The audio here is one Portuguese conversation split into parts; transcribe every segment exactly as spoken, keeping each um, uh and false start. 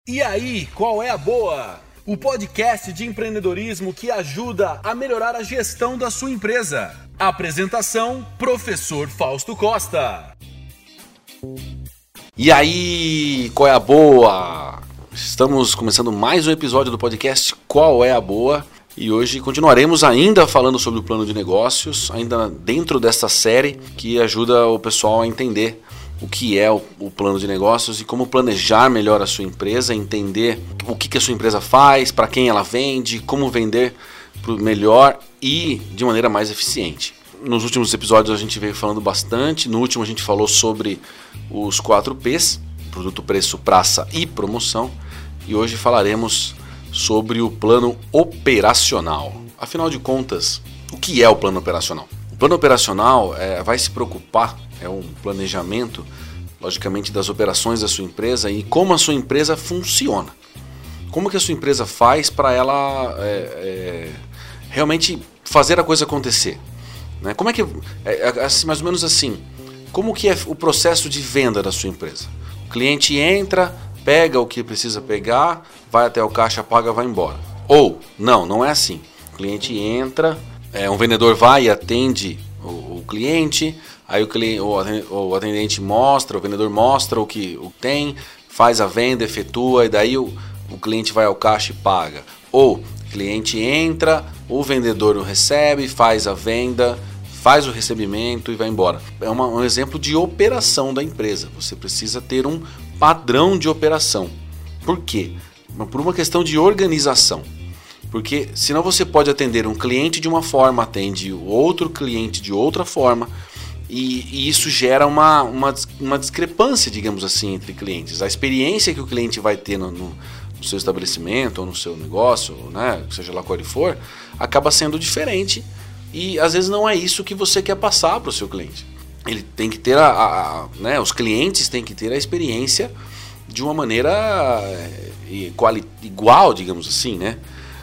E aí, qual é a boa? O podcast de empreendedorismo que ajuda a melhorar a gestão da sua empresa. Apresentação, professor Fausto Costa. E aí, qual é a boa? Estamos começando mais um episódio do podcast Qual é a Boa? E hoje continuaremos ainda falando sobre o plano de negócios, ainda dentro desta série que ajuda o pessoal a entender o que é o, o plano de negócios e como planejar melhor a sua empresa, entender o que, que a sua empresa faz, para quem ela vende, como vender melhor e de maneira mais eficiente. Nos últimos episódios a gente veio falando bastante, no último a gente falou sobre os quatro P's, produto, preço, praça e promoção, e hoje falaremos sobre o plano operacional. Afinal de contas, o que é o plano operacional? O plano operacional é, vai se preocupar, é um planejamento, logicamente, das operações da sua empresa e como a sua empresa funciona. Como que a sua empresa faz para ela é, é, realmente fazer a coisa acontecer. Né? Como é que, é, assim, mais ou menos assim, como que é o processo de venda da sua empresa? O cliente entra, pega o que precisa pegar, vai até o caixa, paga, vai embora. Ou, não, não é assim. O cliente entra, é, um vendedor vai e atende o, o cliente, aí o, cliente, o atendente mostra, o vendedor mostra o que o tem, faz a venda, efetua, e daí o, o cliente vai ao caixa e paga. Ou o cliente entra, o vendedor o recebe, faz a venda, faz o recebimento e vai embora. É uma, um exemplo de operação da empresa. Você precisa ter um padrão de operação. Por quê? Por uma questão de organização. Porque senão você pode atender um cliente de uma forma, atende outro cliente de outra forma, e, e isso gera uma, uma, uma discrepância, digamos assim, entre clientes. A experiência que o cliente vai ter no, no, no seu estabelecimento ou no seu negócio, né, seja lá qual ele for, acaba sendo diferente e às vezes não é isso que você quer passar para o seu cliente. Ele tem que ter a, a, a, né, os clientes têm que ter a experiência de uma maneira igual, igual digamos assim, né?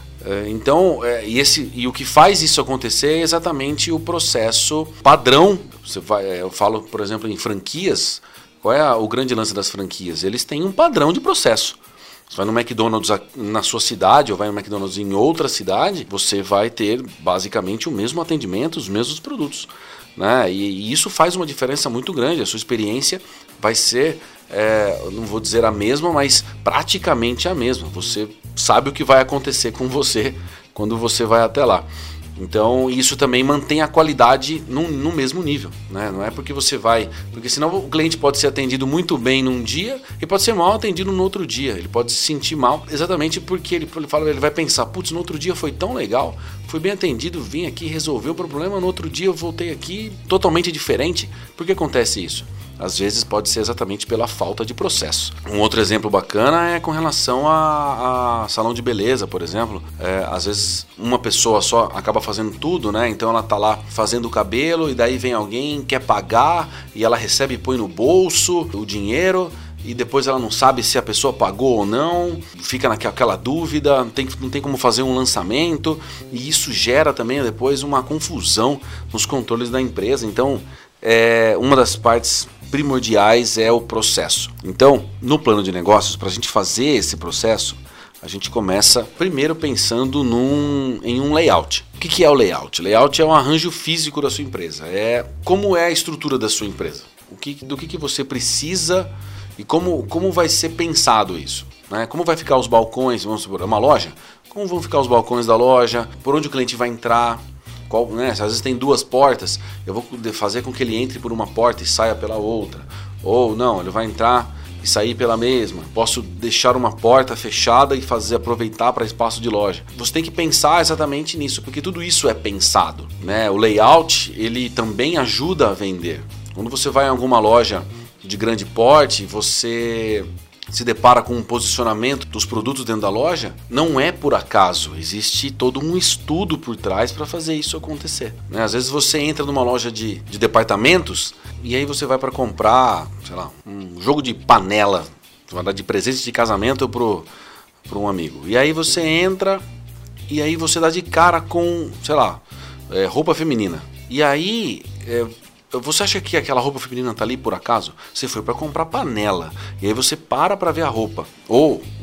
Então, e, esse, e o que faz isso acontecer é exatamente o processo padrão. Você vai, eu falo, por exemplo, em franquias. Qual é a, o grande lance das franquias? Eles têm um padrão de processo. Você vai no McDonald's na sua cidade ou vai no McDonald's em outra cidade, você vai ter basicamente o mesmo atendimento, os mesmos produtos. Né? E, e isso faz uma diferença muito grande. A sua experiência vai ser, é, não vou dizer a mesma, mas praticamente a mesma. Você sabe o que vai acontecer com você quando você vai até lá. Então isso também mantém a qualidade no, no mesmo nível, né? Não é porque você vai... Porque senão o cliente pode ser atendido muito bem num dia e pode ser mal atendido no outro dia. Ele pode se sentir mal exatamente porque ele, ele, fala, ele vai pensar, putz, no outro dia foi tão legal, fui bem atendido, vim aqui, resolveu o problema, no outro dia eu voltei aqui totalmente diferente. Por que acontece isso? Às vezes pode ser exatamente pela falta de processo. Um outro exemplo bacana é com relação a, a salão de beleza, por exemplo. É, às vezes uma pessoa só acaba fazendo tudo, né? Então ela tá lá fazendo o cabelo e daí vem alguém, quer pagar e ela recebe e põe no bolso o dinheiro e depois ela não sabe se a pessoa pagou ou não, fica naquela dúvida, não tem, não tem como fazer um lançamento e isso gera também depois uma confusão nos controles da empresa. Então, é, uma das partes primordiais é o processo. Então, no plano de negócios, para a gente fazer esse processo, a gente começa primeiro pensando num, em um layout. O que, que é o layout? Layout é um arranjo físico da sua empresa. É como é a estrutura da sua empresa. O que, do que, que você precisa e como, como vai ser pensado isso. Né? Como vai ficar os balcões, vamos supor, é uma loja? Como vão ficar os balcões da loja? Por onde o cliente vai entrar? Qual, né? Às vezes tem duas portas, eu vou fazer com que ele entre por uma porta e saia pela outra. Ou não, ele vai entrar e sair pela mesma. Posso deixar uma porta fechada e fazer aproveitar para espaço de loja. Você tem que pensar exatamente nisso, porque tudo isso é pensado. Né? O layout ele também ajuda a vender. Quando você vai em alguma loja de grande porte, você se depara com um posicionamento dos produtos dentro da loja, não é por acaso, existe todo um estudo por trás para fazer isso acontecer. Né? Às vezes você entra numa loja de, de departamentos e aí você vai para comprar, sei lá, um jogo de panela, vai dar de presente de casamento pro, pro um amigo. E aí você entra e aí você dá de cara com, sei lá, é, roupa feminina. E aí... É, Você acha que aquela roupa feminina tá ali por acaso? Você foi para comprar panela e aí você para para ver a roupa. Ou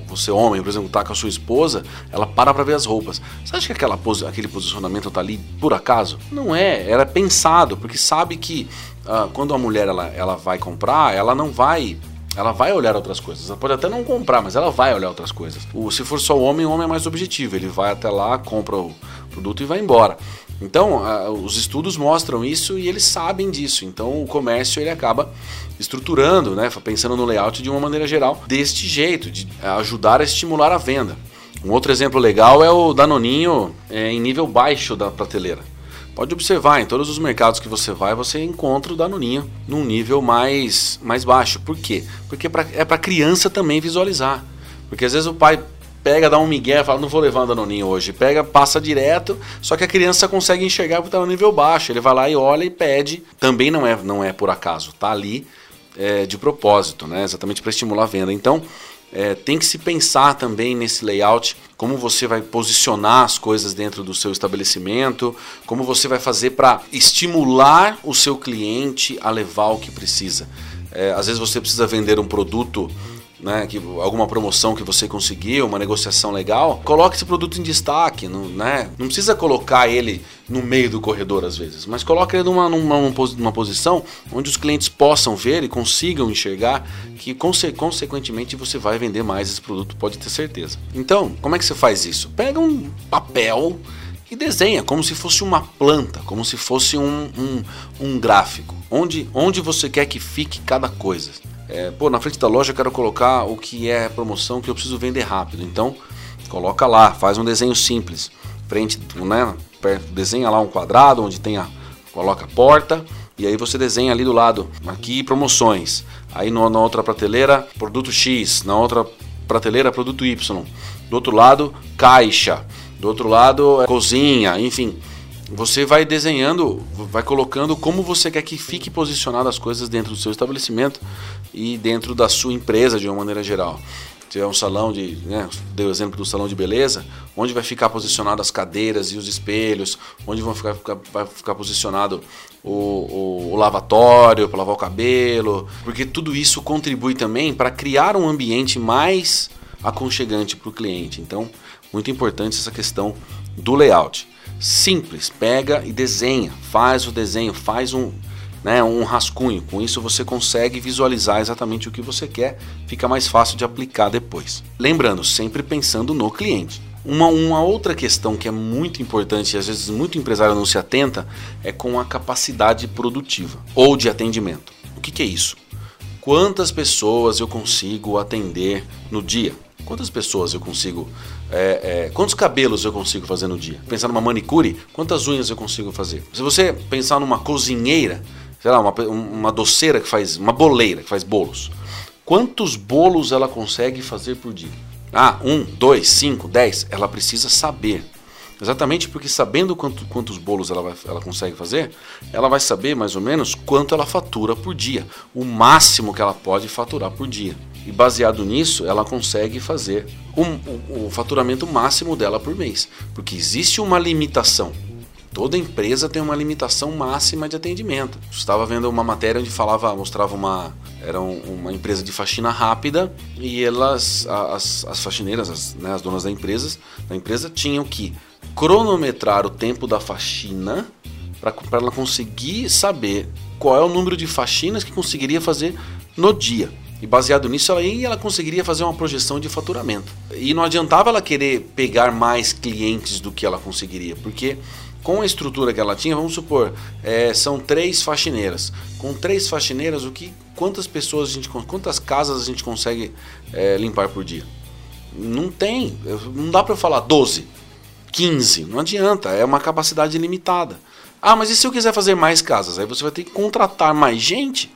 você homem, por exemplo, tá com a sua esposa, ela para pra ver as roupas. Você acha que aquela posi- aquele posicionamento tá ali por acaso? Não é, era pensado, porque sabe que uh, quando a mulher ela, ela vai comprar, ela não vai... Ela vai olhar outras coisas. Ela pode até não comprar, mas ela vai olhar outras coisas. O, se for só o homem, o homem é mais objetivo. Ele vai até lá, compra o produto e vai embora. Então, a, os estudos mostram isso e eles sabem disso. Então, o comércio ele acaba estruturando, né, pensando no layout de uma maneira geral, deste jeito, de ajudar a estimular a venda. Um outro exemplo legal é o Danoninho é, em nível baixo da prateleira. Pode observar, em todos os mercados que você vai, você encontra o Danoninho num nível mais, mais baixo. Por quê? Porque pra, é para a criança também visualizar. Porque às vezes o pai pega, dá um migué e fala, não vou levar um Danoninho hoje. Pega, passa direto, só que a criança consegue enxergar porque está no nível baixo. Ele vai lá e olha e pede. Também não é, não é por acaso, tá ali é, de propósito, né? Exatamente para estimular a venda. Então, É, tem que se pensar também nesse layout, como você vai posicionar as coisas dentro do seu estabelecimento, como você vai fazer para estimular o seu cliente a levar o que precisa. É, às vezes você precisa vender um produto, né, que, alguma promoção que você conseguiu, uma negociação legal, coloque esse produto em destaque, não, né? Não precisa colocar ele no meio do corredor às vezes, mas coloque ele numa, numa, numa posição onde os clientes possam ver e consigam enxergar que conse consequentemente você vai vender mais esse produto, pode ter certeza. Então, como é que você faz isso? Pega um papel e desenha como se fosse uma planta, como se fosse um, um, um gráfico, onde, onde você quer que fique cada coisa. É, pô, na frente da loja eu quero colocar o que é promoção que eu preciso vender rápido. Então, coloca lá, faz um desenho simples. Frente, né, desenha lá um quadrado onde tem a, coloca a porta. E aí você desenha ali do lado, aqui promoções. Aí no, na outra prateleira, produto X. Na outra prateleira, produto Y. Do outro lado, caixa. Do outro lado, cozinha, enfim. Você vai desenhando, vai colocando como você quer que fique posicionado as coisas dentro do seu estabelecimento e dentro da sua empresa de uma maneira geral. Se tiver um salão de, né, dei o exemplo do salão de beleza, onde vai ficar posicionado as cadeiras e os espelhos, onde vão ficar, ficar, vai ficar posicionado o, o, o lavatório para lavar o cabelo, porque tudo isso contribui também para criar um ambiente mais aconchegante para o cliente. Então, muito importante essa questão do layout. Simples, pega e desenha, faz o desenho, faz um, né, um rascunho. Com isso você consegue visualizar exatamente o que você quer, fica mais fácil de aplicar depois. Lembrando, sempre pensando no cliente. Uma, uma outra questão que é muito importante e às vezes muito empresário não se atenta é com a capacidade produtiva ou de atendimento. O que, que é isso? Quantas pessoas eu consigo atender no dia? Quantas pessoas eu consigo... É, é, quantos cabelos eu consigo fazer no dia? Pensar numa manicure, quantas unhas eu consigo fazer? Se você pensar numa cozinheira, sei lá, uma, uma doceira que faz... Uma boleira que faz bolos. Quantos bolos ela consegue fazer por dia? Ah, um, dois, cinco, dez. Ela precisa saber. Exatamente porque sabendo quanto, quantos bolos ela, vai, ela consegue fazer, ela vai saber mais ou menos quanto ela fatura por dia. O máximo que ela pode faturar por dia. E baseado nisso, ela consegue fazer um, o, o faturamento máximo dela por mês. Porque existe uma limitação. Toda empresa tem uma limitação máxima de atendimento. Eu estava vendo uma matéria onde falava, mostrava uma... Era um, uma empresa de faxina rápida e elas, as, as faxineiras, as, né, as donas da empresa, da empresa tinham que cronometrar o tempo da faxina para ela conseguir saber qual é o número de faxinas que conseguiria fazer no dia. E baseado nisso, ela, aí ela conseguiria fazer uma projeção de faturamento. E não adiantava ela querer pegar mais clientes do que ela conseguiria, porque com a estrutura que ela tinha, vamos supor, é, são três faxineiras. Com três faxineiras, o que, quantas pessoas a gente, quantas casas a gente consegue é, limpar por dia? Não tem, não dá para eu falar doze, quinze, não adianta, é uma capacidade limitada. Ah, mas e se eu quiser fazer mais casas? Aí você vai ter que contratar mais gente.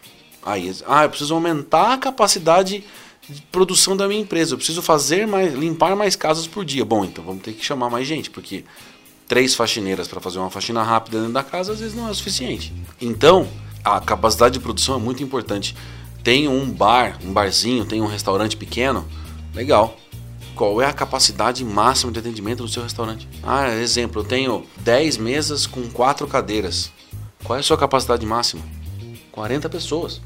Aí, ah, eu preciso aumentar a capacidade de produção da minha empresa, eu preciso fazer mais, limpar mais casas por dia. Bom, então vamos ter que chamar mais gente, porque três faxineiras para fazer uma faxina rápida dentro da casa às vezes não é o suficiente. Então, a capacidade de produção é muito importante. Tem um bar, um barzinho, tem um restaurante pequeno, legal. Qual é a capacidade máxima de atendimento do seu restaurante? Ah, exemplo, eu tenho dez mesas com quatro cadeiras. Qual é a sua capacidade máxima? quarenta pessoas.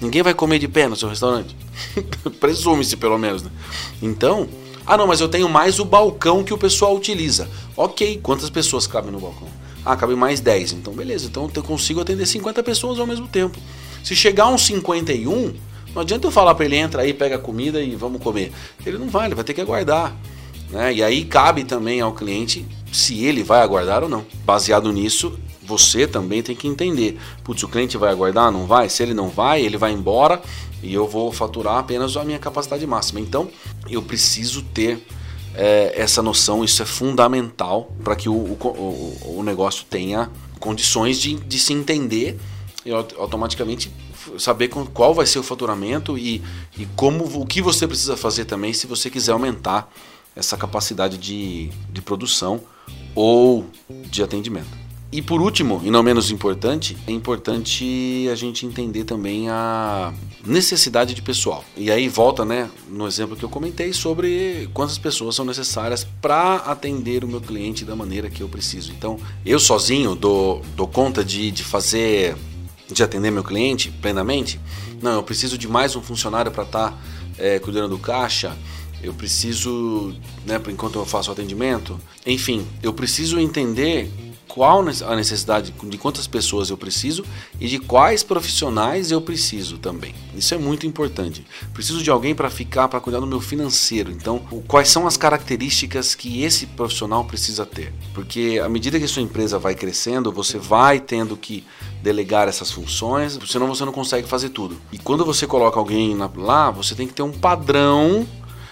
Ninguém vai comer de pé no seu restaurante. Presume-se, pelo menos, né? Então, ah não, mas eu tenho mais o balcão que o pessoal utiliza. Ok, quantas pessoas cabem no balcão? Ah, cabem mais dez. Então, beleza. Então, eu consigo atender cinquenta pessoas ao mesmo tempo. Se chegar uns cinquenta e um, não adianta eu falar para ele, entra aí, pega a comida e vamos comer. Ele não vai, ele vai ter que aguardar. Né? E aí cabe também ao cliente se ele vai aguardar ou não. Baseado nisso, você também tem que entender. Putz, o cliente vai aguardar? Não vai? Se ele não vai, ele vai embora e eu vou faturar apenas a minha capacidade máxima. Então, eu preciso ter é, essa noção, isso é fundamental para que o, o, o negócio tenha condições de, de se entender e automaticamente saber qual vai ser o faturamento e, e como, o que você precisa fazer também se você quiser aumentar essa capacidade de, de produção ou de atendimento. E por último, e não menos importante, é importante a gente entender também a necessidade de pessoal. E aí volta, né, no exemplo que eu comentei sobre quantas pessoas são necessárias para atender o meu cliente da maneira que eu preciso. Então, eu sozinho dou, dou conta de, de fazer, de atender meu cliente plenamente? Não, eu preciso de mais um funcionário para estar tá, é, cuidando do caixa. Eu preciso, né, enquanto eu faço o atendimento. Enfim, eu preciso entender qual a necessidade, de quantas pessoas eu preciso e de quais profissionais eu preciso também. Isso é muito importante. Preciso de alguém para ficar, para cuidar do meu financeiro. Então, quais são as características que esse profissional precisa ter? Porque à medida que a sua empresa vai crescendo, você vai tendo que delegar essas funções, senão você não consegue fazer tudo. E quando você coloca alguém lá, você tem que ter um padrão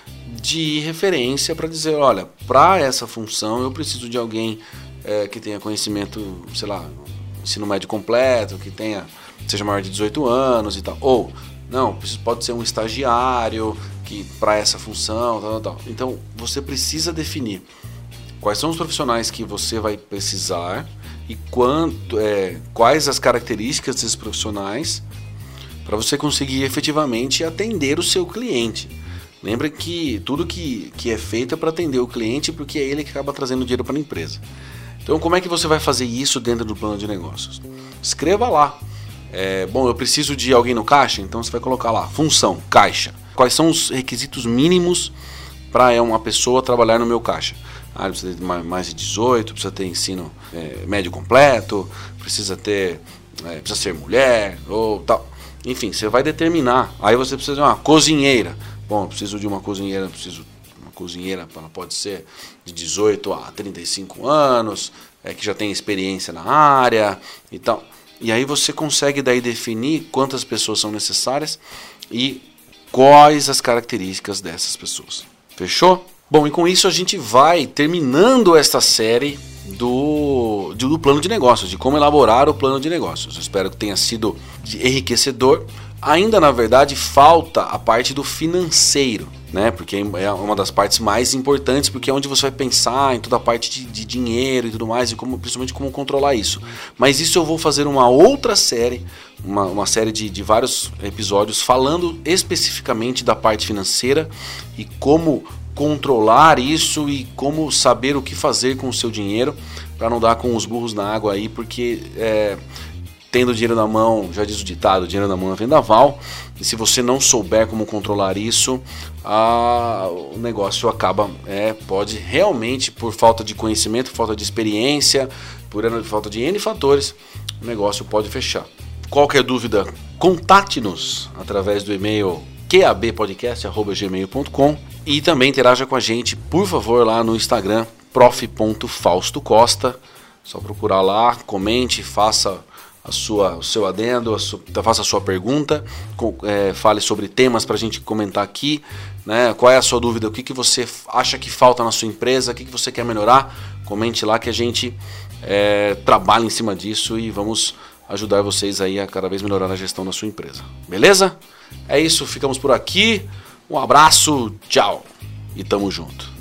de referência para dizer, olha, para essa função eu preciso de alguém é, que tenha conhecimento, sei lá, ensino médio completo, que tenha, seja maior de dezoito anos e tal. Ou, não, pode ser um estagiário que para essa função, tal, tal, tal. Então, você precisa definir quais são os profissionais que você vai precisar e quanto, é, quais as características desses profissionais para você conseguir efetivamente atender o seu cliente. Lembra que tudo que, que é feito é para atender o cliente, porque é ele que acaba trazendo dinheiro para a empresa. Então, como é que você vai fazer isso dentro do plano de negócios? Escreva lá. É, bom, eu preciso de alguém no caixa, então você vai colocar lá, função, caixa. Quais são os requisitos mínimos para uma pessoa trabalhar no meu caixa? Ah, precisa ter mais de dezoito, precisa ter ensino é, médio completo, precisa ter, é, precisa ser mulher, ou tal. Enfim, você vai determinar. Aí você precisa de uma cozinheira. Bom, eu preciso de uma cozinheira, preciso de uma cozinheira, ela pode ser de dezoito a trinta e cinco anos, é, que já tem experiência na área e tal. E aí você consegue daí definir quantas pessoas são necessárias e quais as características dessas pessoas. Fechou? Bom, e com isso a gente vai terminando esta série do, do plano de negócios, de como elaborar o plano de negócios. Eu espero que tenha sido enriquecedor. Ainda, na verdade, falta a parte do financeiro, né? Porque é uma das partes mais importantes, porque é onde você vai pensar em toda a parte de, de dinheiro e tudo mais, e como, principalmente como controlar isso. Mas isso eu vou fazer uma outra série, uma, uma série de, de vários episódios, falando especificamente da parte financeira e como controlar isso e como saber o que fazer com o seu dinheiro, para não dar com os burros na água aí, porque... É, tendo dinheiro na mão, já diz o ditado, dinheiro na mão é vendaval, e se você não souber como controlar isso, a, o negócio acaba, é, pode realmente, por falta de conhecimento, falta de experiência, por falta de N fatores, o negócio pode fechar. Qualquer dúvida, contate-nos através do e-mail q a b podcast arroba gmail ponto com e também interaja com a gente, por favor, lá no Instagram, prof ponto fausto costa, só procurar lá, comente, faça a sua, o seu adendo, a sua, faça a sua pergunta, com, é, fale sobre temas para a gente comentar aqui, né? Qual é a sua dúvida, o que, que você acha que falta na sua empresa, o que, que você quer melhorar, comente lá que a gente é, trabalha em cima disso e vamos ajudar vocês aí a cada vez melhorar a gestão da sua empresa, beleza? É isso, ficamos por aqui, um abraço, tchau e tamo junto.